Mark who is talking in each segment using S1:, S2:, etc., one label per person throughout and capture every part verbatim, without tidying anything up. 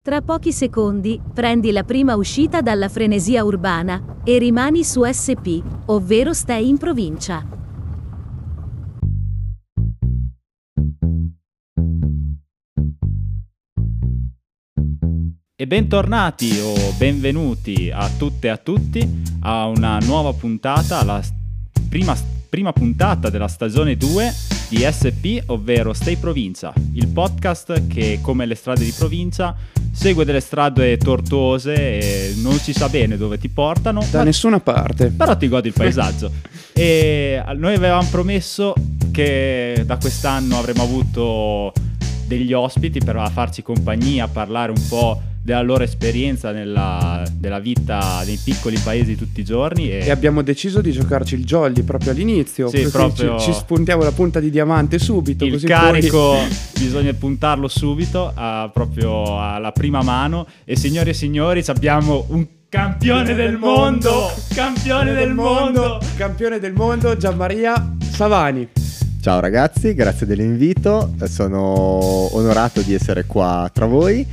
S1: Tra pochi secondi, prendi la prima uscita dalla frenesia urbana e rimani su S P, ovvero stai in provincia.
S2: E bentornati o benvenuti a tutte e a tutti a una nuova puntata, la prima, prima puntata della stagione due di S P, ovvero Stay Provincia, il podcast che, come le strade di provincia, segue delle strade tortuose e non si sa bene dove ti portano.
S3: Da ma... nessuna parte.
S2: Però ti godi il paesaggio. E noi avevamo promesso che da quest'anno avremmo avuto degli ospiti per farci compagnia, parlare un po' della loro esperienza nella, della vita nei piccoli paesi tutti i giorni e...
S3: e abbiamo deciso di giocarci il jolly proprio all'inizio,
S2: sì,
S3: così
S2: proprio...
S3: ci, ci spuntiamo la punta di diamante subito,
S2: il
S3: così
S2: carico
S3: poi...
S2: bisogna puntarlo subito a, proprio alla prima mano. E signori e signori, abbiamo un campione del mondo campione del mondo
S3: campione del mondo Gianmaria Savani.
S4: Ciao ragazzi, grazie dell'invito, sono onorato di essere qua tra voi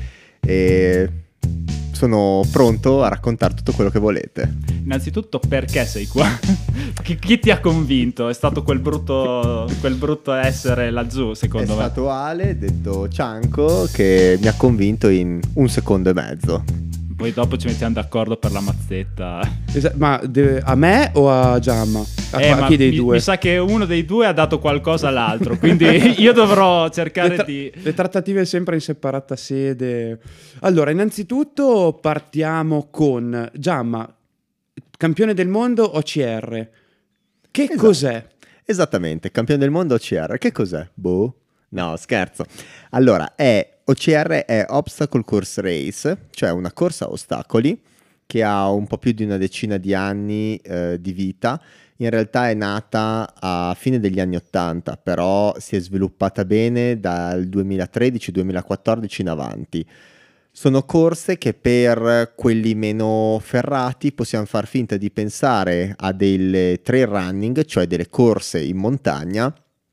S4: e sono pronto a raccontare tutto quello che volete.
S2: Innanzitutto, perché sei qua? chi, chi ti ha convinto? È stato quel brutto quel brutto essere laggiù, secondo
S4: È
S2: me?
S4: È stato Ale, detto Cianco, che mi ha convinto in un secondo e mezzo.
S2: Poi dopo ci mettiamo d'accordo per la mazzetta.
S3: Esa- ma deve, a me o a Giamma? A,
S2: eh,
S3: a chi dei
S2: mi,
S3: due?
S2: Mi sa che uno dei due ha dato qualcosa all'altro, quindi io dovrò cercare
S3: le tra-
S2: di...
S3: Le trattative sempre in separata sede. Allora, innanzitutto partiamo con Giamma, campione del mondo O C R. Che
S4: esatto.
S3: Cos'è?
S4: Esattamente, campione del mondo O C R. Che cos'è? Boh. No, scherzo. Allora, è O C R è Obstacle Course Race, cioè una corsa a ostacoli che ha un po' più di una decina di anni eh, di vita. In realtà è nata a fine degli anni ottanta, però si è sviluppata bene dal duemilatredici duemilaquattordici in avanti. Sono corse che per quelli meno ferrati possiamo far finta di pensare a delle trail running, cioè delle corse in montagna,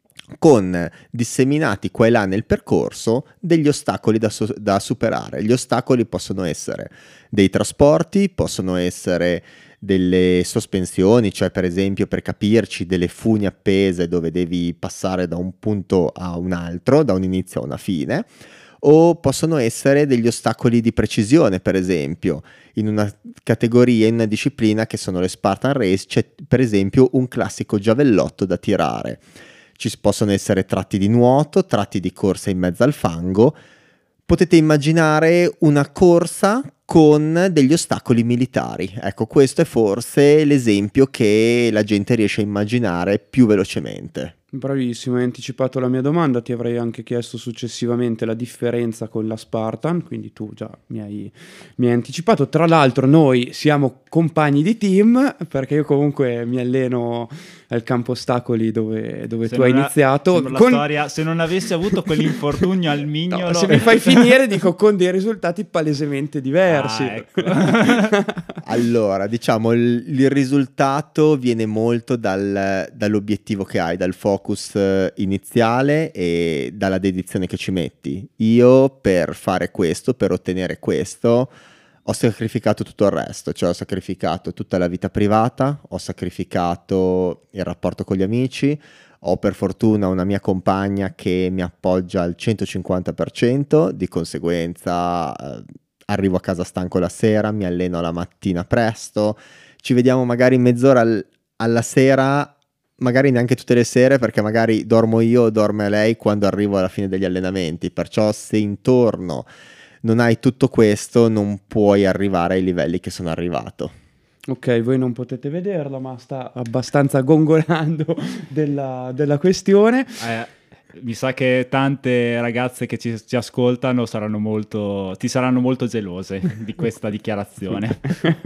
S4: con disseminati qua e là nel percorso degli ostacoli da, so- da superare. Gli ostacoli possono essere dei trasporti, possono essere delle sospensioni, cioè per esempio, per capirci, delle funi appese dove devi passare da un punto a un altro, da un inizio a una fine, o possono essere degli ostacoli di precisione. Per esempio, in una categoria, in una disciplina che sono le Spartan Race, c'è per esempio un classico giavellotto da tirare. Ci possono essere tratti di nuoto, tratti di corsa in mezzo al fango. Potete immaginare una corsa con degli ostacoli militari. Ecco, questo è forse l'esempio che la gente riesce a immaginare più velocemente.
S3: Bravissimo, hai anticipato la mia domanda, ti avrei anche chiesto successivamente la differenza con la Spartan, quindi tu già mi hai, mi hai anticipato. Tra l'altro noi siamo compagni di team, perché io comunque mi alleno al campo ostacoli dove, dove tu hai
S2: ha,
S3: iniziato.
S2: La
S3: con...
S2: storia, se non avessi avuto quell'infortunio al mignolo...
S3: No, se mi fai finire dico con dei risultati palesemente diversi.
S2: Ah, ecco.
S4: Allora, diciamo, il, il risultato viene molto dal, dall'obiettivo che hai, dal focus iniziale e dalla dedizione che ci metti. Io per fare questo, per ottenere questo, ho sacrificato tutto il resto, cioè ho sacrificato tutta la vita privata, ho sacrificato il rapporto con gli amici, ho per fortuna una mia compagna che mi appoggia al centocinquanta per cento, di conseguenza eh, arrivo a casa stanco la sera, mi alleno la mattina presto, ci vediamo magari mezz'ora al- alla sera, magari neanche tutte le sere, perché magari dormo io o dorme lei quando arrivo alla fine degli allenamenti, perciò se intorno non hai tutto questo non puoi arrivare ai livelli che sono arrivato.
S3: Ok, voi non potete vederlo, ma sta abbastanza gongolando della, della questione.
S2: Eh, mi sa che tante ragazze che ci, ci ascoltano saranno molto, ti saranno molto gelose di questa dichiarazione.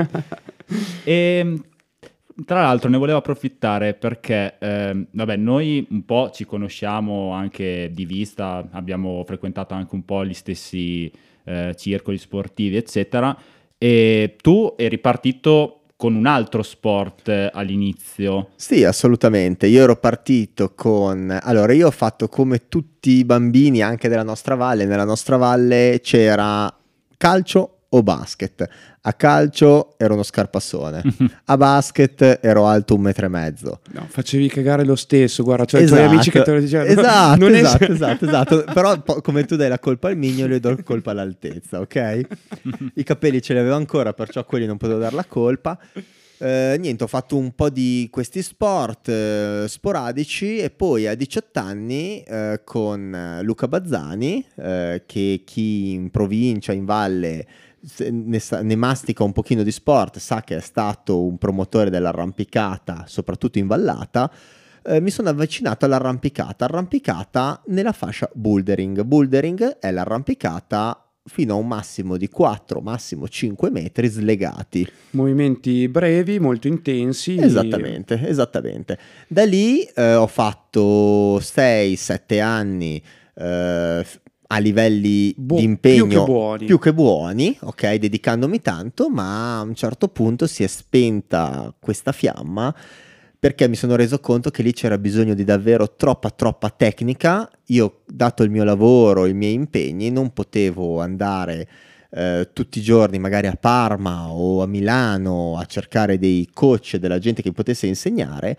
S2: E tra l'altro ne volevo approfittare perché, eh, vabbè, noi un po' ci conosciamo anche di vista, abbiamo frequentato anche un po' gli stessi eh, circoli sportivi, eccetera, e tu eri partito con un altro sport all'inizio.
S4: Sì, assolutamente. Io ero partito con... Allora, io ho fatto come tutti i bambini anche della nostra valle. Nella nostra valle c'era calcio o basket. A calcio ero uno scarpassone, a basket ero alto un metro e mezzo.
S3: No, facevi cagare lo stesso, guarda, cioè
S4: Esatto.
S3: i tuoi amici che te lo dicevano.
S4: Esatto,
S3: non
S4: esatto,
S3: è...
S4: esatto, esatto. Però po- come tu dai la colpa al mignolo, io do la colpa all'altezza, ok? I capelli ce li avevo ancora, perciò a quelli non potevo dare la colpa. Eh, niente, ho fatto un po' di questi sport eh, sporadici e poi a diciotto anni eh, con Luca Bazzani, eh, che chi in provincia, in valle se ne, sa, ne mastica un pochino di sport, sa che è stato un promotore dell'arrampicata, soprattutto in vallata. Eh, mi sono avvicinato all'arrampicata, arrampicata nella fascia bouldering. Bouldering è l'arrampicata fino a un massimo di quattro, massimo cinque metri slegati.
S3: Movimenti brevi, molto intensi.
S4: Esattamente, esattamente. Da lì eh, ho fatto sei sette anni eh, a livelli
S3: Bu-
S4: di impegno
S3: più che buoni.
S4: più che buoni, ok, dedicandomi tanto, ma a un certo punto si è spenta questa fiamma, perché mi sono reso conto che lì c'era bisogno di davvero troppa troppa tecnica. Io, dato il mio lavoro, i miei impegni, non potevo andare eh, tutti i giorni magari a Parma o a Milano a cercare dei coach, della gente che mi potesse insegnare,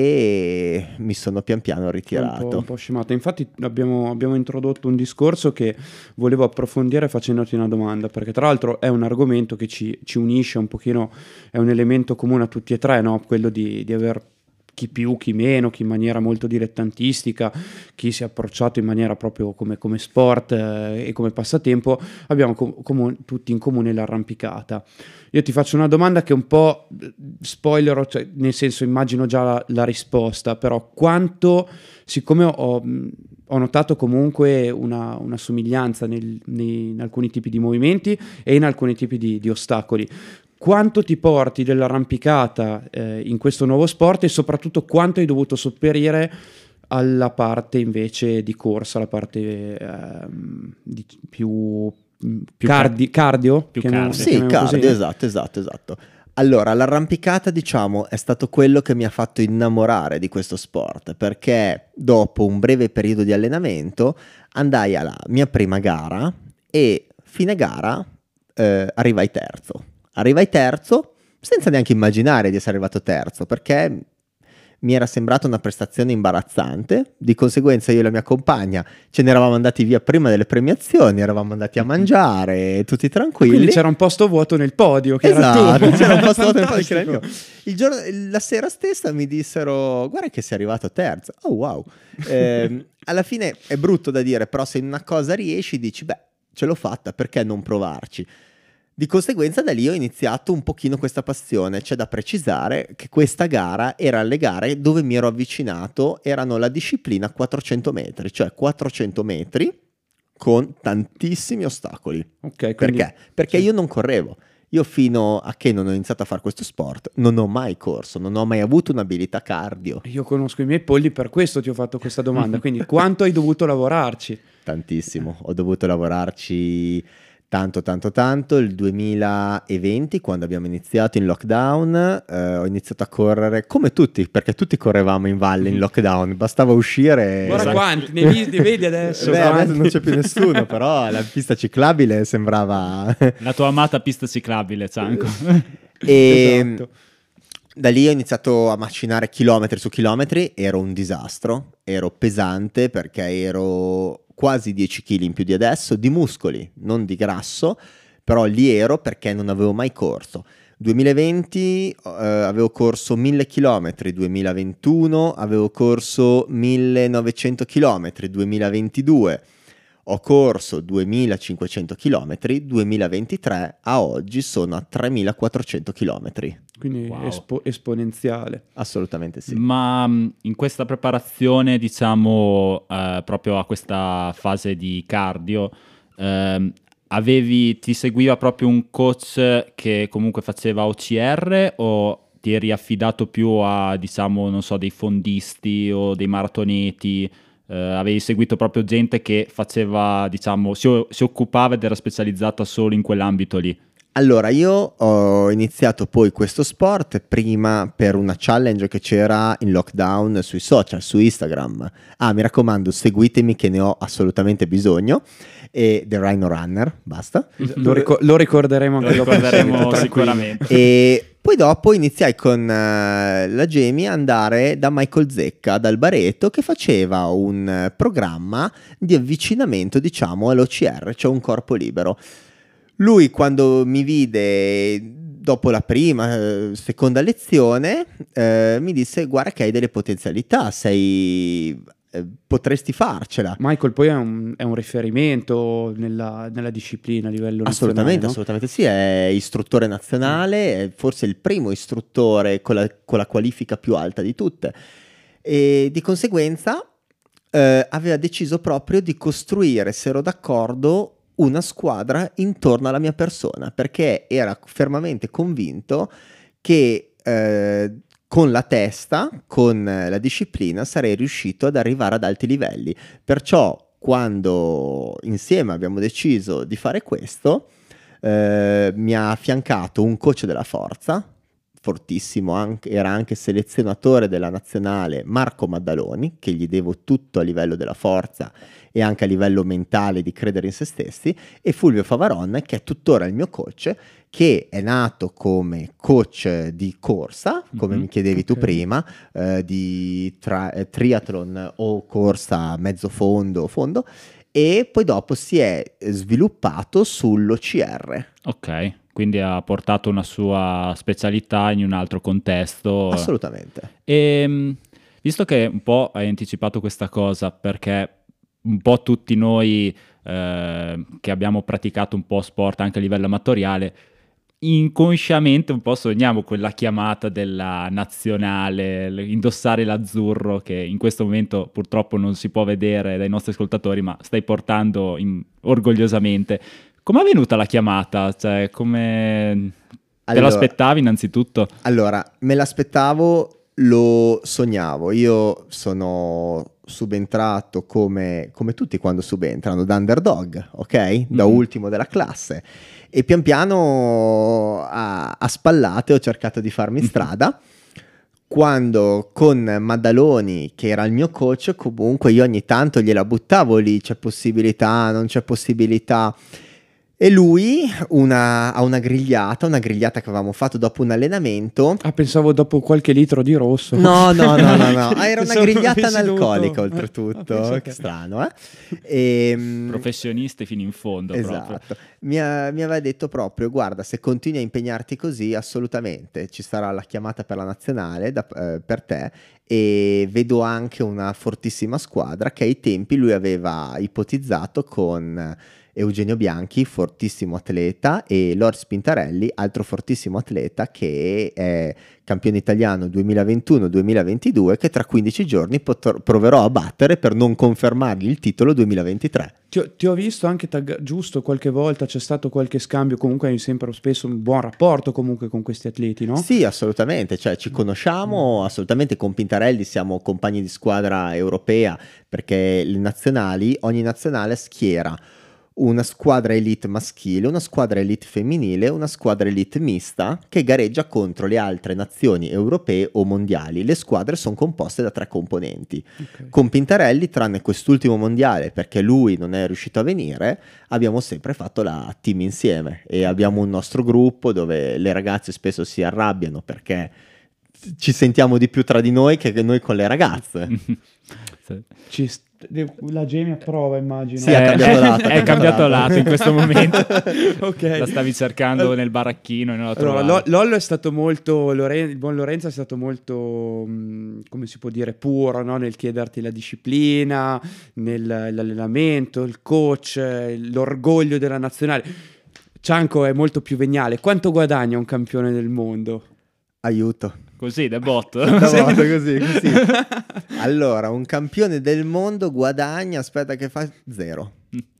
S4: e mi sono pian piano ritirato.
S3: Un po', un po' scemato. Infatti abbiamo, abbiamo introdotto un discorso che volevo approfondire facendoti una domanda, perché tra l'altro è un argomento che ci, ci unisce un pochino, è un elemento comune a tutti e tre, no? Quello di, di aver chi più, chi meno, chi in maniera molto dilettantistica, chi si è approcciato in maniera proprio come, come sport eh, e come passatempo. Abbiamo com- com- tutti in comune l'arrampicata. Io ti faccio una domanda che è un po' spoiler, cioè, nel senso immagino già la, la risposta, però quanto, siccome ho, ho notato comunque una, una somiglianza nel, nei, in alcuni tipi di movimenti e in alcuni tipi di, di ostacoli, quanto ti porti dell'arrampicata eh, in questo nuovo sport e soprattutto quanto hai dovuto sopperire alla parte invece di corsa, la parte eh, di, più, più cardi, cardio?
S2: Più
S3: chiamiamo-
S2: cardio.
S4: Sì,
S3: chiamiamo
S4: cardio,
S3: così?
S4: esatto, esatto, esatto. Allora, l'arrampicata, diciamo, è stato quello che mi ha fatto innamorare di questo sport, perché dopo un breve periodo di allenamento andai alla mia prima gara e fine gara eh, arrivai terzo. Arrivai terzo senza neanche immaginare di essere arrivato terzo, perché mi era sembrata una prestazione imbarazzante. Di conseguenza io e la mia compagna ce ne eravamo andati via prima delle premiazioni, eravamo andati a mangiare tutti tranquilli.
S3: Quindi c'era un posto vuoto nel podio che era
S4: Esatto,
S3: tu.
S4: c'era un posto vuoto nel podio che era il
S3: Fantastico.
S4: mio. Il giorno, la sera stessa mi dissero: guarda che sei arrivato terzo. Oh wow. Eh, alla fine è brutto da dire, però se in una cosa riesci dici beh, ce l'ho fatta, perché non provarci? Di conseguenza da lì ho iniziato un pochino questa passione. C'è da precisare che questa gara era le gare dove mi ero avvicinato, erano la disciplina quattrocento metri, cioè quattrocento metri con tantissimi ostacoli.
S3: Ok, quindi-
S4: Perché? Perché
S3: sì.
S4: io non correvo. Io fino a che non ho iniziato a fare questo sport non ho mai corso, non ho mai avuto un'abilità cardio.
S3: Io conosco i miei polli, per questo ti ho fatto questa domanda. Quindi quanto hai dovuto lavorarci?
S4: Tantissimo, ho dovuto lavorarci tanto tanto tanto. Il duemilaventi, quando abbiamo iniziato in lockdown, eh, ho iniziato a correre come tutti, perché tutti correvamo in valle in lockdown, bastava uscire.
S3: Guarda
S2: Esatto.
S3: quanti, ne vi- ne vedi adesso?
S4: Beh,
S3: quanti?
S4: adesso non c'è più nessuno, però la pista ciclabile sembrava
S2: La tua amata pista ciclabile, Cianco.
S4: e
S3: Esatto.
S4: da lì ho iniziato a macinare chilometri su chilometri. Ero un disastro, ero pesante perché ero quasi dieci chili in più di adesso, di muscoli, non di grasso, però lì ero perché non avevo mai corso. duemilaventi eh, avevo corso mille chilometri, duemilaventuno avevo corso millenovecento chilometri, duemilaventidue ho corso duemilacinquecento chilometri, duemilaventitré a oggi sono a tremilaquattrocento chilometri.
S3: Quindi
S2: Wow.
S3: espo- esponenziale.
S4: Assolutamente sì.
S2: Ma mh, in questa preparazione, diciamo, eh, proprio a questa fase di cardio, ehm, avevi, ti seguiva proprio un coach che comunque faceva O C R o ti eri affidato più a, diciamo, non so, dei fondisti o dei maratoneti? Eh, avevi seguito proprio gente che faceva, diciamo, si, si occupava ed era specializzata solo in quell'ambito lì?
S4: Allora, io ho iniziato poi questo sport prima per una challenge che c'era in lockdown sui social, su Instagram. Ah, mi raccomando, seguitemi che ne ho assolutamente bisogno. E The Rhino Runner, basta.
S3: Lo, ricor- lo ricorderemo anche
S2: Lo
S3: dopo.
S2: ricorderemo sicuramente.
S4: E poi dopo iniziai con uh, la Jamie ad andare da Michael Zecca, dal Bareto, che faceva un uh, programma di avvicinamento, diciamo, all'O C R, cioè un corpo libero. Lui, quando mi vide dopo la prima, eh, seconda lezione, eh, mi disse: guarda che hai delle potenzialità, sei, eh, potresti farcela.
S3: Michael poi è un, è un riferimento nella, nella disciplina a livello
S4: Assolutamente,
S3: nazionale, no?
S4: assolutamente sì, è istruttore nazionale, è forse il primo istruttore con la, con la qualifica più alta di tutte. E di conseguenza eh, aveva deciso proprio di costruire, se ero d'accordo, una squadra intorno alla mia persona, perché era fermamente convinto che eh, con la testa, con la disciplina, sarei riuscito ad arrivare ad alti livelli. Perciò, quando insieme abbiamo deciso di fare questo, eh, mi ha affiancato un coach della forza, fortissimo, anche, era anche selezionatore della nazionale, Marco Maddaloni, che gli devo tutto a livello della forza e anche a livello mentale di credere in se stessi, e Fulvio Favaron, che è tuttora il mio coach, che è nato come coach di corsa, come
S2: Mm-hmm.
S4: mi chiedevi tu
S3: Ok.
S4: prima, eh, di tra- eh, triathlon o corsa mezzo fondo o fondo, e poi dopo si è sviluppato sull'O C R.
S2: Ok, quindi ha portato una sua specialità in un altro contesto.
S4: Assolutamente.
S2: E mh, visto che un po' hai anticipato questa cosa, perché un po' tutti noi eh, che abbiamo praticato un po' sport anche a livello amatoriale, inconsciamente un po' sogniamo quella chiamata della nazionale, l- indossare l'azzurro, che in questo momento purtroppo non si può vedere dai nostri ascoltatori, ma stai portando in- orgogliosamente. Come è venuta la chiamata? Cioè, come te
S4: Allora-
S2: l'aspettavi innanzitutto?
S4: Allora, me l'aspettavo, lo sognavo. Io sono subentrato come, come tutti quando subentrano, da underdog, ok? Da
S2: Mhm.
S4: ultimo della classe. E pian piano a, a spallate ho cercato di farmi strada. Quando con Maddaloni, che era il mio coach, comunque io ogni tanto gliela buttavo lì, c'è possibilità, non c'è possibilità. E lui una, a una grigliata, una grigliata che avevamo fatto dopo un allenamento.
S3: Ah, pensavo dopo qualche litro di rosso.
S4: No, no, no, no, no. Ah, era una
S3: Pensavo
S4: grigliata
S3: avessi
S4: analcolica
S3: dovuto-
S4: oltretutto.
S3: Ah, penso
S4: Che
S3: che-
S4: strano, eh? E,
S2: Professionisti fino in fondo proprio.
S4: esatto. Mi, ha- mi aveva detto proprio: guarda, se continui a impegnarti così, assolutamente ci sarà la chiamata per la nazionale da- eh, per te, e vedo anche una fortissima squadra che ai tempi lui aveva ipotizzato con Eugenio Bianchi, fortissimo atleta, e Loris Pintarelli, altro fortissimo atleta, che è campione italiano duemilaventuno duemilaventidue, che tra quindici giorni pot- proverò a battere per non confermargli il titolo duemilaventitré.
S3: Ti ho, ti ho visto anche tagga- giusto qualche volta, c'è stato qualche scambio, comunque hai sempre spesso un buon rapporto comunque con questi atleti, no?
S4: Sì, assolutamente, cioè ci conosciamo assolutamente. Con Pintarelli siamo compagni di squadra europea, perché le nazionali, ogni nazionale schiera una squadra elite maschile, una squadra elite femminile, una squadra elite mista che gareggia contro le altre nazioni europee o mondiali. Le squadre sono composte da tre componenti.
S3: Ok.
S4: Con Pintarelli, tranne quest'ultimo mondiale, perché lui non è riuscito a venire, abbiamo sempre fatto la team insieme e abbiamo un nostro gruppo dove le ragazze spesso si arrabbiano perché ci sentiamo di più tra di noi che noi con le ragazze.
S2: Sì.
S3: Ci st- la Jamie approva, immagino.
S4: Sì, ha cambiato lato, ha
S2: È
S4: cambiato
S2: cambiato
S4: lato.
S2: lato in questo momento.
S3: Ok.
S2: La stavi cercando nel baracchino e non la
S3: Allora,
S2: trovavi.
S3: Lo- Lollo è stato molto, Loren- il buon Lorenzo è stato molto, mh, come si può dire, puro, no? Nel chiederti la disciplina, nell'allenamento, il coach, eh, l'orgoglio della nazionale. Cianco è molto più veniale. Quanto guadagna un campione del mondo?
S4: Aiuto.
S2: Così, da botto.
S4: Una volta così, così. Allora, un campione del mondo guadagna, aspetta che fa zero.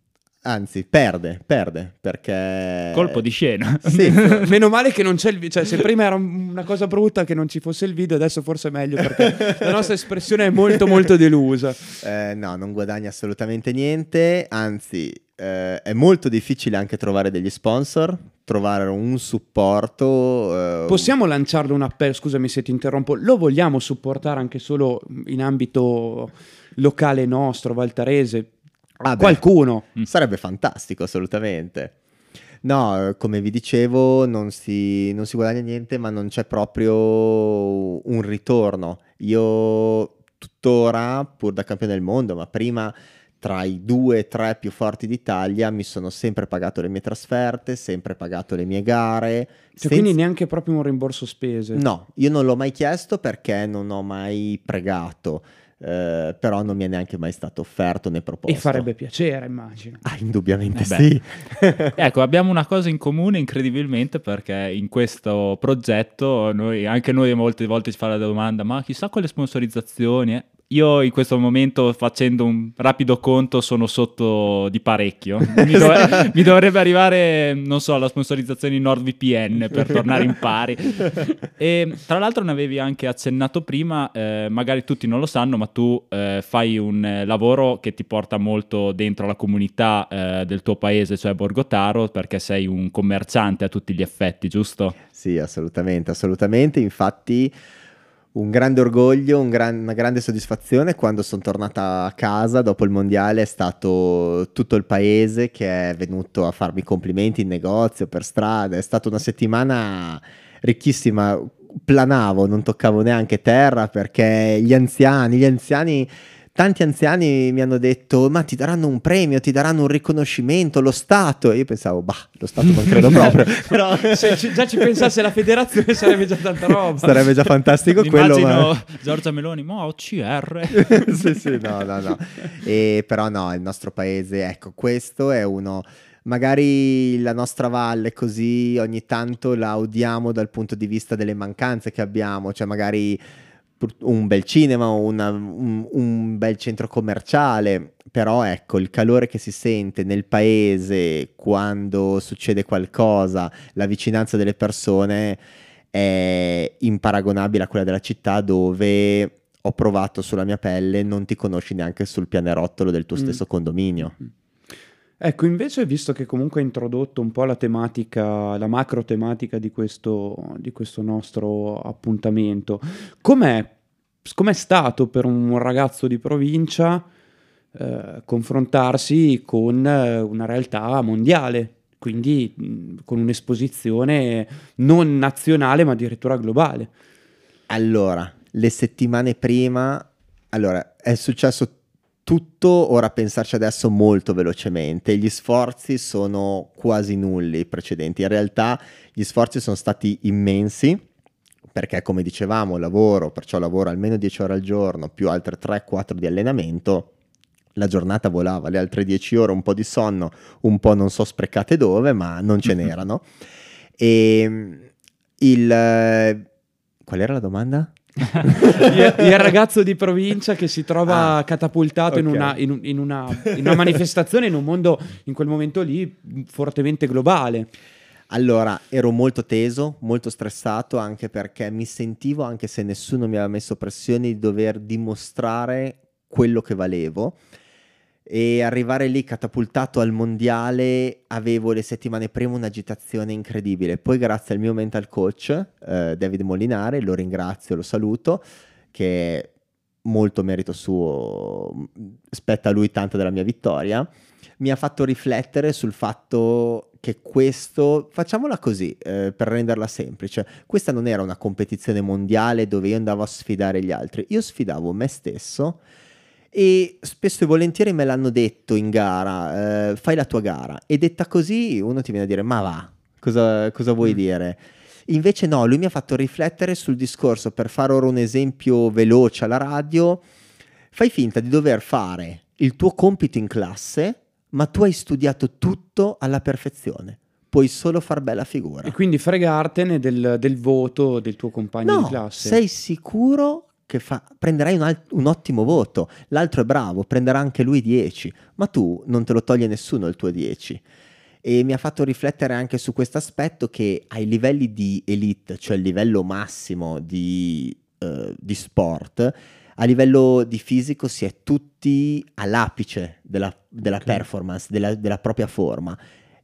S4: Anzi, perde, perde, perché...
S2: Colpo di scena.
S4: Sì,
S3: Meno male che non c'è il video, cioè se prima era un- una cosa brutta che non ci fosse il video, adesso forse è meglio perché la nostra espressione è molto molto delusa.
S4: eh, no, non guadagna assolutamente niente, anzi, eh, è molto difficile anche trovare degli sponsor, trovare un supporto. Eh,
S3: Possiamo lanciarlo un appello, scusami se ti interrompo, lo vogliamo supportare anche solo in ambito locale nostro, valtarese?
S4: Ah, beh,
S3: qualcuno?
S4: Sarebbe fantastico, assolutamente. No, come vi dicevo, non si, non si guadagna niente, ma non c'è proprio un ritorno. Io tuttora, pur da campione del mondo, ma prima tra i due o tre più forti d'Italia, mi sono sempre pagato le mie trasferte, sempre pagato le mie gare.
S3: Cioè,
S4: senza...
S3: Quindi neanche proprio un rimborso spese?
S4: No, io non l'ho mai chiesto perché non ho mai pregato. Eh, però non mi è neanche mai stato offerto né proposto.
S3: E farebbe piacere, immagino.
S4: Ah, indubbiamente
S2: Beh.
S4: sì.
S2: Ecco, abbiamo una cosa in comune incredibilmente, perché in questo progetto noi, anche noi molte volte ci fa la domanda: ma chissà quelle sponsorizzazioni, eh? Io in questo momento, facendo un rapido conto, sono sotto di parecchio. Mi, dov- mi dovrebbe arrivare, non so, la sponsorizzazione di NordVPN per tornare in pari. E tra l'altro ne avevi anche accennato prima, eh, magari tutti non lo sanno, ma tu eh, fai un eh, lavoro che ti porta molto dentro la comunità eh, del tuo paese, cioè Borgotaro, perché sei un commerciante a tutti gli effetti, giusto?
S4: Sì, assolutamente, assolutamente. Infatti un grande orgoglio, un gran- una grande soddisfazione quando sono tornata a casa dopo il mondiale. È stato tutto il paese che è venuto a farmi complimenti in negozio, per strada. È stata una settimana ricchissima. Planavo, non toccavo neanche terra, perché gli anziani, gli anziani, tanti anziani mi hanno detto: ma ti daranno un premio, ti daranno un riconoscimento, lo Stato. E io pensavo, bah, lo Stato non credo proprio. Però
S3: Se ci- già ci pensasse la federazione sarebbe già tanta roba.
S4: sarebbe già fantastico
S2: Mi
S4: quello.
S2: immagino
S4: Ma...
S2: Giorgia Meloni, ma O C R.
S4: sì, sì, no, no, no. E però no, il nostro paese, ecco, questo è uno... Magari la nostra valle così ogni tanto la odiamo dal punto di vista delle mancanze che abbiamo, cioè magari un bel cinema, una- un, un bel centro commerciale, però ecco, il calore che si sente nel paese quando succede qualcosa, la vicinanza delle persone è imparagonabile a quella della città, dove ho provato sulla mia pelle, non ti conosci neanche sul pianerottolo del tuo
S3: Mm.
S4: stesso condominio.
S3: Ecco, invece, visto che comunque hai introdotto un po' la tematica, la macro tematica di questo, di questo nostro appuntamento, com'è, com'è stato per un ragazzo di provincia eh, confrontarsi con eh, una realtà mondiale, quindi mh, con un'esposizione non nazionale ma addirittura globale?
S4: Allora, le settimane prima, allora, è successo tutto, ora a pensarci adesso, molto velocemente. Gli sforzi sono quasi nulli, i precedenti. In realtà gli sforzi sono stati immensi, perché come dicevamo, lavoro, perciò lavoro almeno dieci ore al giorno, più altre tre quattro di allenamento. La giornata volava, le altre dieci ore, un po' di sonno, un po' non so sprecate dove, ma non ce n'erano. E il... Qual era la domanda?
S3: il, il ragazzo di provincia che si trova
S4: Ah,
S3: catapultato in,
S4: ok.
S3: una, in un- in una- in una manifestazione, in un mondo in quel momento lì fortemente globale.
S4: Allora, ero molto teso, molto stressato, anche perché mi sentivo, anche se nessuno mi aveva messo pressione, di dover dimostrare quello che valevo. E arrivare lì catapultato al mondiale, avevo le settimane prima un'agitazione incredibile. Poi grazie al mio mental coach, eh, David Molinare, lo ringrazio, lo saluto, che è molto merito suo, spetta a lui tanta della mia vittoria, mi ha fatto riflettere sul fatto che questo, facciamola così, eh, per renderla semplice, questa non era una competizione mondiale dove io andavo a sfidare gli altri, io sfidavo me stesso. E spesso e volentieri me l'hanno detto in gara, eh, fai la tua gara, e detta così uno ti viene a dire: ma va, cosa, cosa vuoi
S3: Mm.
S4: dire? Invece no, lui mi ha fatto riflettere sul discorso. Per fare ora un esempio veloce alla radio, fai finta di dover fare il tuo compito in classe, ma tu hai studiato tutto alla perfezione, puoi solo far bella figura.
S3: E quindi fregartene del, del voto del tuo compagno
S4: No,
S3: di classe.
S4: sei sicuro che fa- prenderai un, al- un ottimo voto, l'altro è bravo, prenderà anche lui dieci, ma tu non te lo toglie nessuno il tuo dieci. E mi ha fatto riflettere anche su questo aspetto, che ai livelli di elite, cioè il livello massimo di, eh, di sport, a livello di fisico si è tutti all'apice della, della
S3: Ok.
S4: performance, della, della propria forma.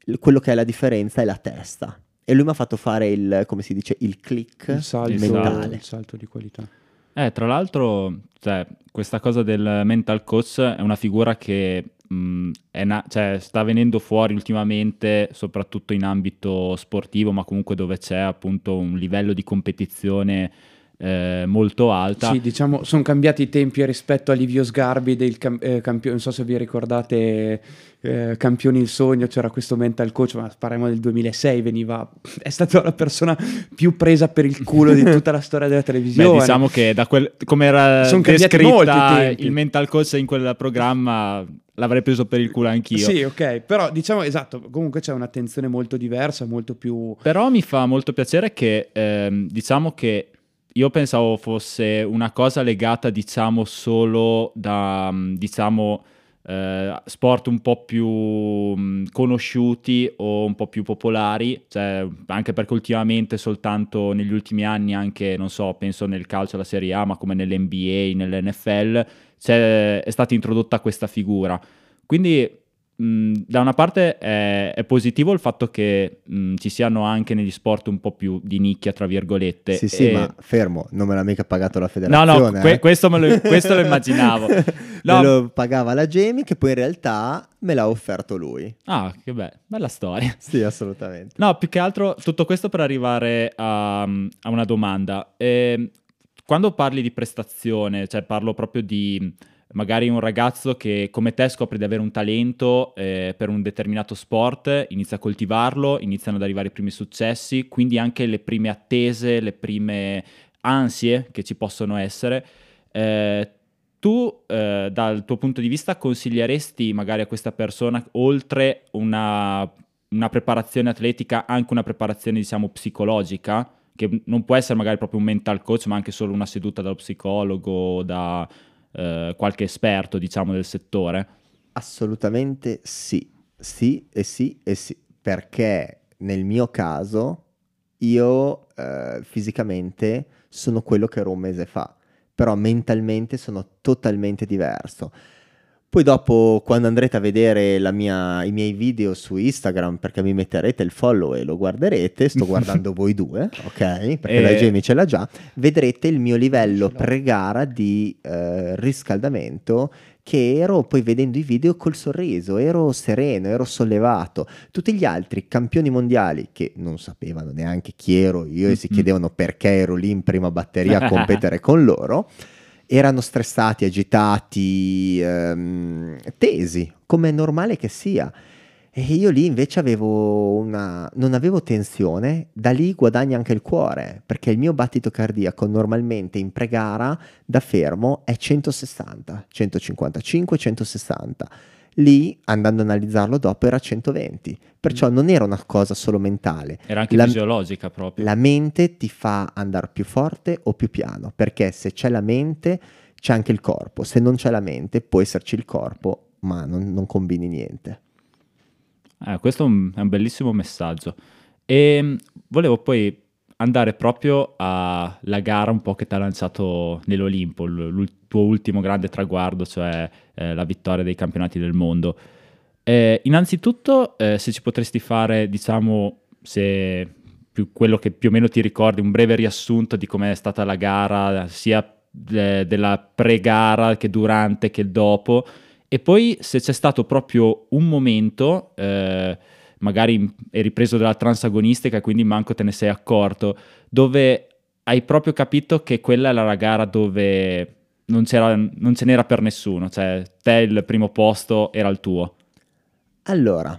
S4: il- quello che è la differenza è la testa. E lui mi ha fatto fare il, come si dice, il click
S3: Il salto,
S4: mentale.
S3: il salto di qualità.
S2: Eh, tra l'altro, cioè, questa cosa del mental coach è una figura che mh, è na- cioè, sta venendo fuori ultimamente, soprattutto in ambito sportivo, ma comunque dove c'è appunto un livello di competizione eh, molto alta.
S3: Sì, diciamo, sono cambiati i tempi rispetto a Livio Sgarbi del cam- eh, campione, non so se vi ricordate eh, Campioni il Sogno, c'era questo mental coach, ma parliamo del duemilasei, veniva, è stata la persona più presa per il culo di tutta la storia della televisione.
S2: Beh, diciamo che da quel, come era
S3: Sono cambiati molto i
S2: descritta
S3: tempi.
S2: il mental coach in quel programma, l'avrei preso per il culo anch'io.
S3: Sì, ok, però diciamo, esatto, comunque c'è un'attenzione molto diversa, molto più...
S2: Però mi fa molto piacere che ehm, diciamo che io pensavo fosse una cosa legata, diciamo, solo da, mh, diciamo, eh, sport un po' più mh, conosciuti o un po' più popolari, cioè anche perché ultimamente soltanto negli ultimi anni, anche, non so, penso nel calcio alla Serie A, ma come nell'N B A, nell'N F L, c'è, è stata introdotta questa figura. Quindi mh, da una parte è, è positivo il fatto che mh, ci siano anche negli sport un po' più di nicchia, tra virgolette.
S4: Sì, sì,
S2: E-
S4: ma fermo, non me l'ha mica pagato la
S2: No,
S4: federazione.
S2: no, que-
S4: eh.
S2: questo, me lo, questo lo immaginavo. No.
S4: Me lo pagava la Jamie, che poi in realtà me l'ha offerto lui.
S2: Ah, che be- bella storia.
S4: Sì, assolutamente.
S2: No, più che altro tutto questo per arrivare a, a una domanda. Ehm, quando parli di prestazione, cioè parlo proprio di magari un ragazzo che come te scopre di avere un talento eh, per un determinato sport, inizia a coltivarlo, iniziano ad arrivare i primi successi, quindi anche le prime attese, le prime ansie che ci possono essere. Eh, tu, eh, dal tuo punto di vista, consiglieresti magari a questa persona, oltre una, una preparazione atletica, anche una preparazione, diciamo, psicologica, che non può essere magari proprio un mental coach, ma anche solo una seduta dallo psicologo, da eh, qualche esperto, diciamo, del settore?
S4: Assolutamente sì, sì e sì e sì, perché nel mio caso io eh, fisicamente sono quello che ero un mese fa, però mentalmente sono totalmente diverso. Poi dopo, quando andrete a vedere la mia, i miei video su Instagram, perché mi metterete il follow e lo guarderete, sto guardando voi due, ok? Perché
S2: E-
S4: la Jamie ce l'ha già, vedrete il mio livello pre-gara di eh, riscaldamento, che ero poi vedendo i video col sorriso, ero sereno, ero sollevato. Tutti gli altri campioni mondiali che non sapevano neanche chi ero io e si
S2: Mhm.
S4: chiedevano perché ero lì in prima batteria a competere con loro, erano stressati, agitati, ehm, tesi, come è normale che sia. E io lì invece avevo una... non avevo tensione, da lì guadagna anche il cuore, perché il mio battito cardiaco normalmente in pre-gara da fermo è centosessanta, centocinquantacinque, centosessanta. Lì, andando ad analizzarlo dopo, era centoventi. Perciò non era una cosa solo mentale.
S2: Era anche
S4: La-
S2: fisiologica proprio.
S4: La mente ti fa andare più forte o più piano, perché se c'è la mente c'è anche il corpo, se non c'è la mente può esserci il corpo, ma non, non combini niente.
S2: Eh, questo è un, è un bellissimo messaggio. E mh, volevo poi andare proprio alla gara un po' che ti ha lanciato nell'Olimpo, l- il tuo ultimo grande traguardo, cioè eh, la vittoria dei campionati del mondo. Eh, innanzitutto, eh, se ci potresti fare, diciamo, se più quello che più o meno ti ricordi, un breve riassunto di com'è stata la gara, sia de- della pre-gara che durante che dopo, e poi se c'è stato proprio un momento, eh, magari eri preso dalla transagonistica e quindi manco te ne sei accorto, dove hai proprio capito che quella era la gara dove non c'era, non ce n'era per nessuno, cioè te il primo posto era il tuo.
S4: Allora,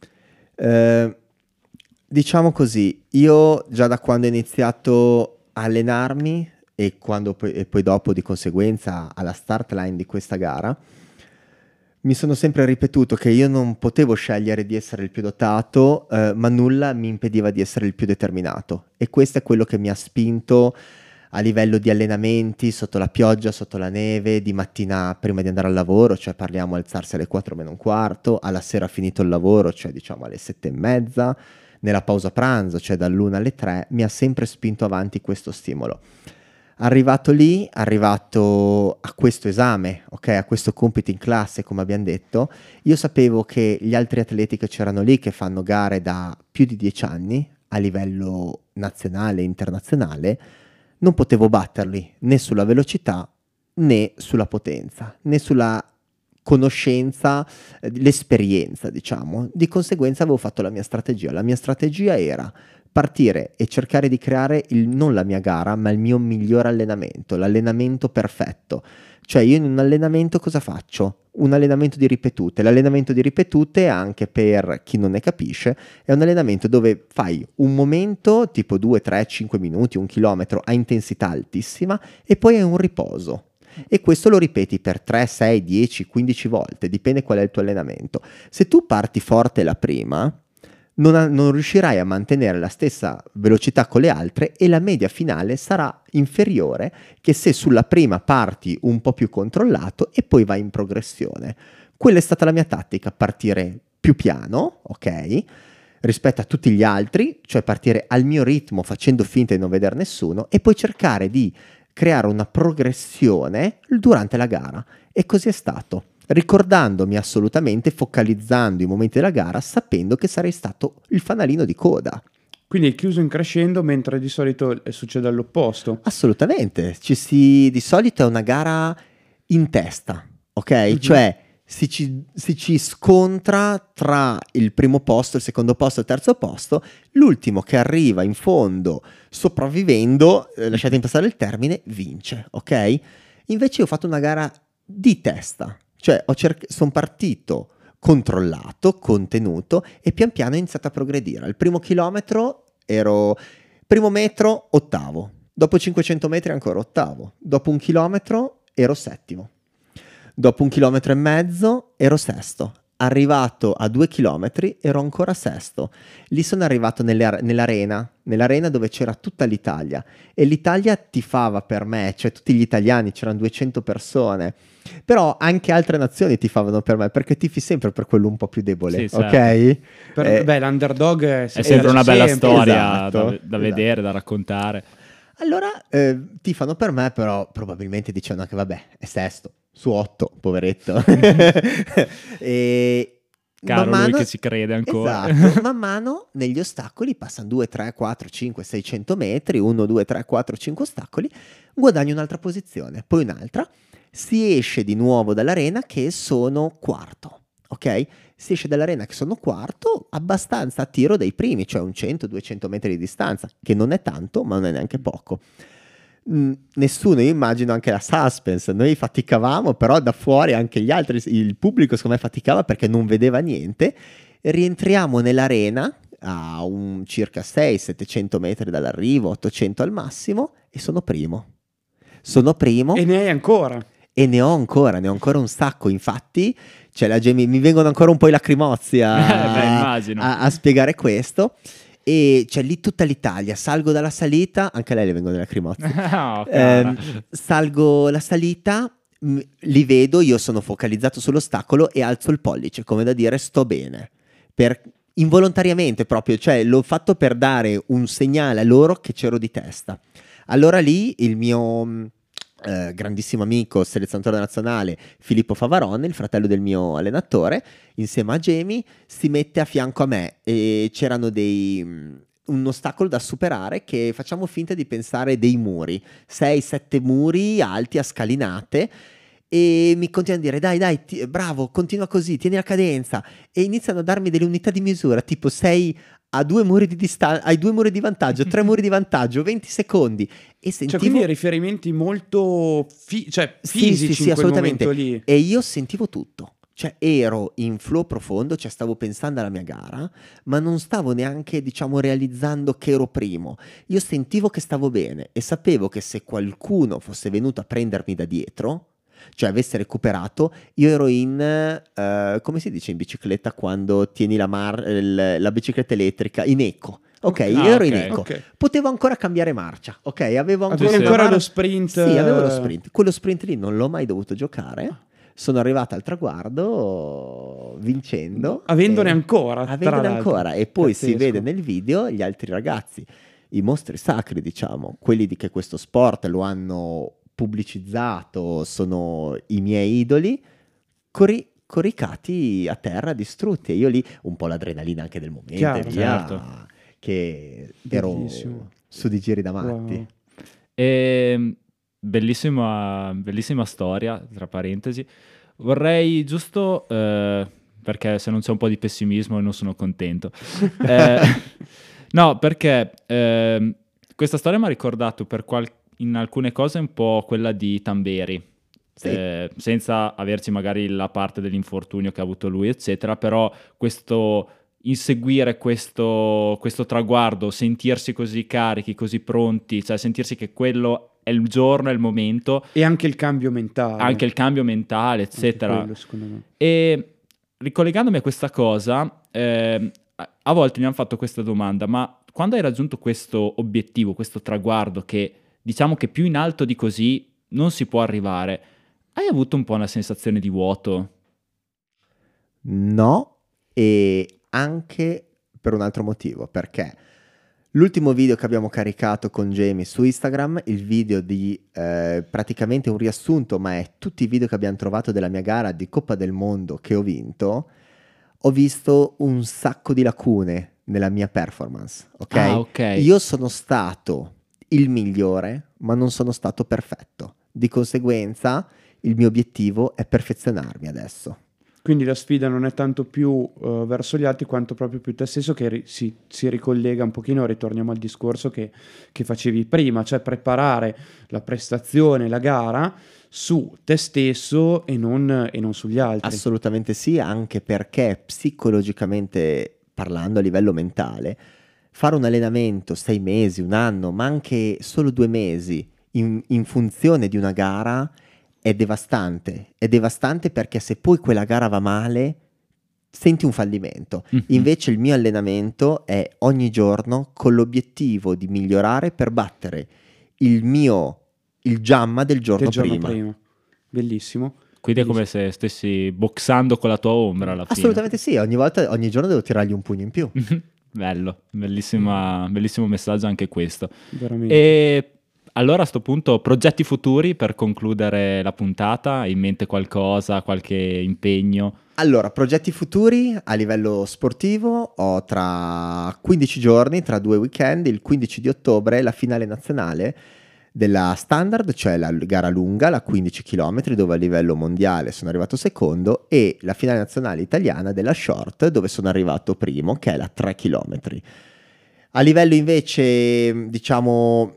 S4: eh, diciamo così, io già da quando ho iniziato a allenarmi e, quando poi, e poi dopo di conseguenza alla start line di questa gara, mi sono sempre ripetuto che io non potevo scegliere di essere il più dotato, eh, ma nulla mi impediva di essere il più determinato. E questo è quello che mi ha spinto a livello di allenamenti, sotto la pioggia, sotto la neve, di mattina prima di andare al lavoro, cioè parliamo alzarsi alle quattro meno un quarto, alla sera finito il lavoro, cioè diciamo alle sette e mezza, nella pausa pranzo, cioè dall'una alle tre, mi ha sempre spinto avanti questo stimolo. Arrivato lì, arrivato a questo esame, ok, a questo compito in classe, come abbiamo detto, io sapevo che gli altri atleti che c'erano lì, che fanno gare da più di dieci anni a livello nazionale e internazionale, non potevo batterli né sulla velocità né sulla potenza, né sulla conoscenza, eh, l'esperienza, diciamo. Di conseguenza avevo fatto la mia strategia. La mia strategia era partire e cercare di creare il, non la mia gara, ma il mio miglior allenamento, l'allenamento perfetto. Cioè io in un allenamento cosa faccio? Un allenamento di ripetute. L'allenamento di ripetute, anche per chi non ne capisce, è un allenamento dove fai un momento, tipo due, tre, cinque minuti, un chilometro a intensità altissima e poi hai un riposo. E questo lo ripeti per tre, sei, dieci, quindici volte, dipende qual è il tuo allenamento. Se tu parti forte la prima, non, ha, non riuscirai a mantenere la stessa velocità con le altre e la media finale sarà inferiore che se sulla prima parti un po' più controllato e poi vai in progressione. Quella è stata la mia tattica, partire più piano, ok, rispetto a tutti gli altri, cioè partire al mio ritmo facendo finta di non vedere nessuno e poi cercare di creare una progressione durante la gara. E così è stato, ricordandomi assolutamente, focalizzando i momenti della gara, sapendo che sarei stato il fanalino di coda.
S3: Quindi hai chiuso in crescendo, mentre di solito succede all'opposto.
S4: Assolutamente, ci si, di solito è una gara in testa, ok? Mm-hmm. Cioè si ci, si ci scontra tra il primo posto, il secondo posto e il terzo posto, l'ultimo che arriva in fondo sopravvivendo, eh, lasciatemi passare il termine, vince, ok? Invece io ho fatto una gara di testa, cioè ho cerc- sono partito controllato, contenuto e pian piano ho iniziato a progredire. Al primo chilometro ero, primo metro ottavo, dopo cinquecento metri ancora ottavo, dopo un chilometro ero settimo. Dopo un chilometro e mezzo ero sesto, arrivato a due chilometri ero ancora sesto. Lì sono arrivato nelle, nell'arena, nell'arena dove c'era tutta l'Italia e l'Italia tifava per me, cioè tutti gli italiani, c'erano duecento persone, però anche altre nazioni tifavano per me perché tifi sempre per quello un po' più debole, sì, ok?
S3: Certo. Per,
S4: eh,
S3: beh, l'underdog è,
S2: è sempre una bella
S3: sempre.
S2: storia
S4: Esatto,
S2: da, da vedere,
S4: esatto.
S2: da raccontare.
S4: Allora eh, tifano per me, però probabilmente dicevano che vabbè, è sesto su otto, poveretto. E
S2: caro
S4: man mano,
S2: lui che ci crede ancora.
S4: Esatto, man mano negli ostacoli passano due, tre, quattro, cinque, seicento metri, uno, due, tre, quattro, cinque ostacoli, guadagni un'altra posizione, poi un'altra, si esce di nuovo dall'arena che sono quarto, ok? Si esce dall'arena che sono quarto, abbastanza a tiro dei primi, cioè un cento duecento metri di distanza, che non è tanto, ma non è neanche poco. Mm, nessuno, io immagino anche la suspense, noi faticavamo, però da fuori anche gli altri, il pubblico secondo me faticava perché non vedeva niente. Rientriamo nell'arena a un circa sei settecento metri dall'arrivo, ottocento al massimo, e sono primo. Sono primo.
S3: E ne hai ancora.
S4: E ne ho ancora, ne ho ancora un sacco, infatti cioè la Jamie, mi vengono ancora un po' i lacrimozzi a,
S2: Beh, immagino.
S4: a, a spiegare questo. E c'è lì tutta l'Italia, salgo dalla salita, anche a lei le vengono le lacrimozzi.
S2: Oh,
S4: eh, salgo la salita, m- li vedo, io sono focalizzato sull'ostacolo e alzo il pollice, come da dire sto bene. Per, involontariamente proprio, cioè l'ho fatto per dare un segnale a loro che c'ero di testa. Allora lì il mio... Eh, grandissimo amico, selezionatore nazionale Filippo Favarone, il fratello del mio allenatore, insieme a Jamie si mette a fianco a me e c'erano dei un ostacolo da superare che facciamo finta di pensare dei muri, sei sette muri alti a scalinate, e mi continuano a dire dai dai ti, bravo, continua così, tieni la cadenza, e iniziano a darmi delle unità di misura tipo sei a due muri di distanza, hai due muri di vantaggio, tre muri di vantaggio, venti secondi, e sentivo...
S3: Cioè quindi riferimenti molto fi- cioè, fisici
S4: sì, sì, sì,
S3: in quel
S4: assolutamente.
S3: momento lì.
S4: E io sentivo tutto, cioè ero in flow profondo, cioè stavo pensando alla mia gara, ma non stavo neanche, diciamo, realizzando che ero primo. Io sentivo che stavo bene e sapevo che se qualcuno fosse venuto a prendermi da dietro, cioè avesse recuperato, io ero in uh, come si dice in bicicletta quando tieni la, mar- l- la bicicletta elettrica, in eco, ok,
S3: Ah,
S4: io ero
S3: okay,
S4: in eco,
S3: okay.
S4: Potevo ancora cambiare marcia, ok, avevo ancora,
S3: Avevi
S2: sì, sì.
S3: ancora
S4: mar-
S3: lo sprint.
S4: sì, avevo lo sprint, quello sprint lì non l'ho mai dovuto giocare, sono arrivato al traguardo vincendo,
S3: Avendone
S4: e-
S3: ancora, tra
S4: avendone
S3: l'altro.
S4: ancora, e poi si
S3: Pazzesco.
S4: vede nel video gli altri ragazzi i mostri sacri, diciamo, quelli di che questo sport lo hanno pubblicizzato, sono i miei idoli, cori- coricati a terra, distrutti. E io lì un po' l'adrenalina anche del momento,
S3: Chiaro,
S4: e via,
S2: certo.
S4: che ero
S3: Bellissimo.
S4: su di giri da matti.
S3: Wow.
S2: E, bellissima, bellissima storia, tra parentesi. Vorrei giusto, eh, perché se non c'è un po' di pessimismo non sono contento. Eh, no, perché eh, questa storia mi ha ricordato per qual- in alcune cose un po' quella di Tamberi.
S4: Sì.
S2: Eh, senza averci magari la parte dell'infortunio che ha avuto lui, eccetera, però questo inseguire questo, questo traguardo, sentirsi così carichi, così pronti, cioè sentirsi che quello è il giorno, è il momento,
S3: E anche il cambio mentale.
S2: anche il cambio mentale,
S3: Anche
S2: eccetera.
S3: quello, secondo me.
S2: E ricollegandomi a questa cosa, eh, a- a volte mi hanno fatto questa domanda, ma quando hai raggiunto questo obiettivo, questo traguardo che diciamo che più in alto di così non si può arrivare, hai avuto un po' una sensazione di vuoto?
S4: No, e anche per un altro motivo, perché l'ultimo video che abbiamo caricato con Jamie su Instagram, il video di eh, praticamente un riassunto, ma è tutti i video che abbiamo trovato della mia gara di Coppa del Mondo che ho vinto, ho visto un sacco di lacune nella mia performance, ok?
S2: Ah, ok.
S4: Io sono stato il migliore, ma non sono stato perfetto. Di conseguenza, il mio obiettivo è perfezionarmi adesso.
S3: Quindi la sfida non è tanto più eh, verso gli altri quanto proprio più te stesso, che ri- si, si ricollega un pochino, ritorniamo al discorso che, che facevi prima, cioè preparare la prestazione, la gara su te stesso e non, e non sugli altri.
S4: Assolutamente sì, anche perché psicologicamente parlando a livello mentale, fare un allenamento sei mesi, un anno, ma anche solo due mesi in, in funzione di una gara è devastante. È devastante perché se poi quella gara va male, senti un fallimento.
S2: Mhm.
S4: Invece il mio allenamento è ogni giorno con l'obiettivo di migliorare per battere il mio, il Giamma del giorno,
S3: Del giorno
S4: prima.
S3: prima. Bellissimo.
S2: Quindi è come se stessi boxando con la tua ombra alla fine.
S4: Assolutamente sì, ogni volta, ogni giorno devo tirargli un pugno in più.
S2: Bello, bellissima, bellissimo messaggio anche questo.
S3: Veramente.
S2: E allora a sto punto progetti futuri per concludere la puntata? Hai in mente qualcosa, qualche impegno?
S4: Allora, progetti futuri a livello sportivo, ho tra quindici giorni, tra due weekend, il quindici di ottobre, la finale nazionale della standard, cioè la gara lunga, la quindici chilometri, dove a livello mondiale sono arrivato secondo, e la finale nazionale italiana della short, dove sono arrivato primo, che è la tre chilometri. A livello invece, diciamo,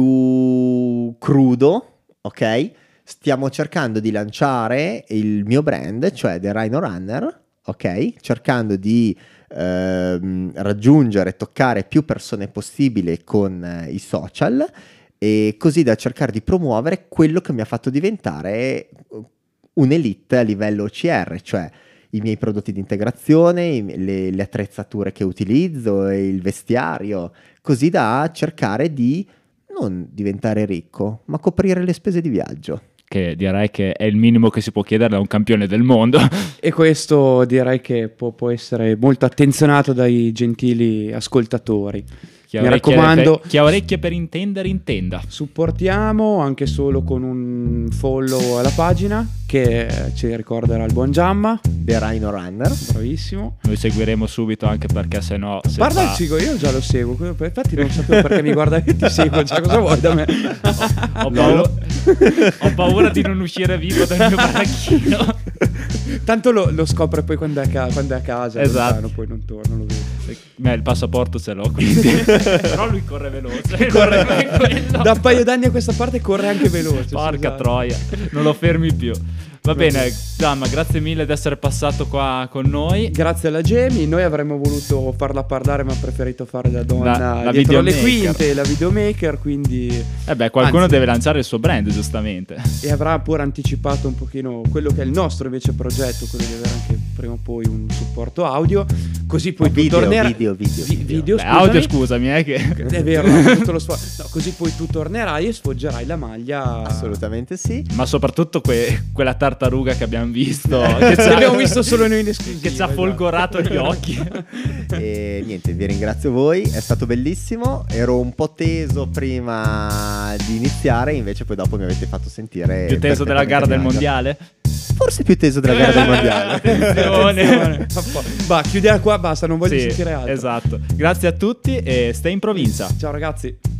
S4: più crudo, ok? Stiamo cercando di lanciare il mio brand, cioè The Rhino Runner, ok? Cercando di ehm, raggiungere, toccare più persone possibile con eh, i social, e così da cercare di promuovere quello che mi ha fatto diventare un'elite a livello O C R, cioè i miei prodotti di integrazione, i- le, le attrezzature che utilizzo, e il vestiario, così da cercare di non diventare ricco, ma coprire le spese di viaggio.
S2: Che direi che è il minimo che si può chiedere da un campione del mondo.
S3: E questo direi che può, può essere molto attenzionato dai gentili ascoltatori.
S2: Chi ha
S3: Mi
S2: orecchie
S3: raccomando,
S2: per- chi ha orecchie per intendere, intenda.
S3: supportiamo anche solo con un follow alla pagina che ci ricorderà il buon Giamma.
S4: The Rhino Runner.
S3: Bravissimo.
S2: Noi seguiremo subito, anche perché sennò se
S3: Guarda
S2: fa-
S3: il Cigo, io già lo seguo. Infatti non sapevo perché mi guarda che ti seguo. Cioè, cosa vuoi da me?
S2: ho, paura, ho paura di non uscire vivo dal mio baracchino.
S3: Tanto lo, lo scopre poi quando è a, ca- quando è a casa.
S2: Esatto.
S3: lontano, poi non torna, lo vedo.
S2: Beh, il passaporto ce l'ho, quindi. Però lui corre veloce. Corre come quello.
S3: Da un paio d'anni a questa parte corre anche veloce.
S2: Porca
S3: esatto.
S2: troia, non lo fermi più. Va bene, Giamma, grazie mille di essere passato qua con noi.
S3: Grazie alla Jamie, noi avremmo voluto farla parlare, ma ha preferito fare da donna
S2: La- la
S3: dietro le
S2: videomaker.
S3: quinte, la videomaker, quindi
S2: Eh beh, qualcuno
S3: Anzi.
S2: deve lanciare il suo brand, giustamente.
S3: e avrà pure anticipato un pochino quello che è il nostro invece progetto, quello di avere anche prima o poi un supporto audio, così poi tu
S4: video,
S3: tornerai
S4: video, video,
S3: Vi-
S4: video.
S3: video,
S2: Beh,
S3: scusami.
S2: audio scusami, eh, che...
S3: È vero, ho fatto lo sforzo. No, così poi tu tornerai e sfoggerai la maglia.
S4: Assolutamente sì.
S2: Ma soprattutto que- quella tartaruga che abbiamo visto, che,
S3: Che
S2: ci ha-
S3: abbiamo visto solo noi in esclusiva.
S2: che ci ha
S3: esatto.
S2: folgorato gli occhi.
S4: E niente, vi ringrazio voi, è stato bellissimo. Ero un po' teso prima di iniziare, invece poi dopo mi avete fatto sentire
S2: Più teso della gara del
S4: perfettamente
S2: mondiale?
S4: Forse più teso della gara del mondiale.
S2: Attenzione.
S3: Va, chiudiamo qua, basta, non voglio
S2: Sì,
S3: sentire altro.
S2: esatto. Grazie a tutti e stay in provincia.
S3: Ciao ragazzi.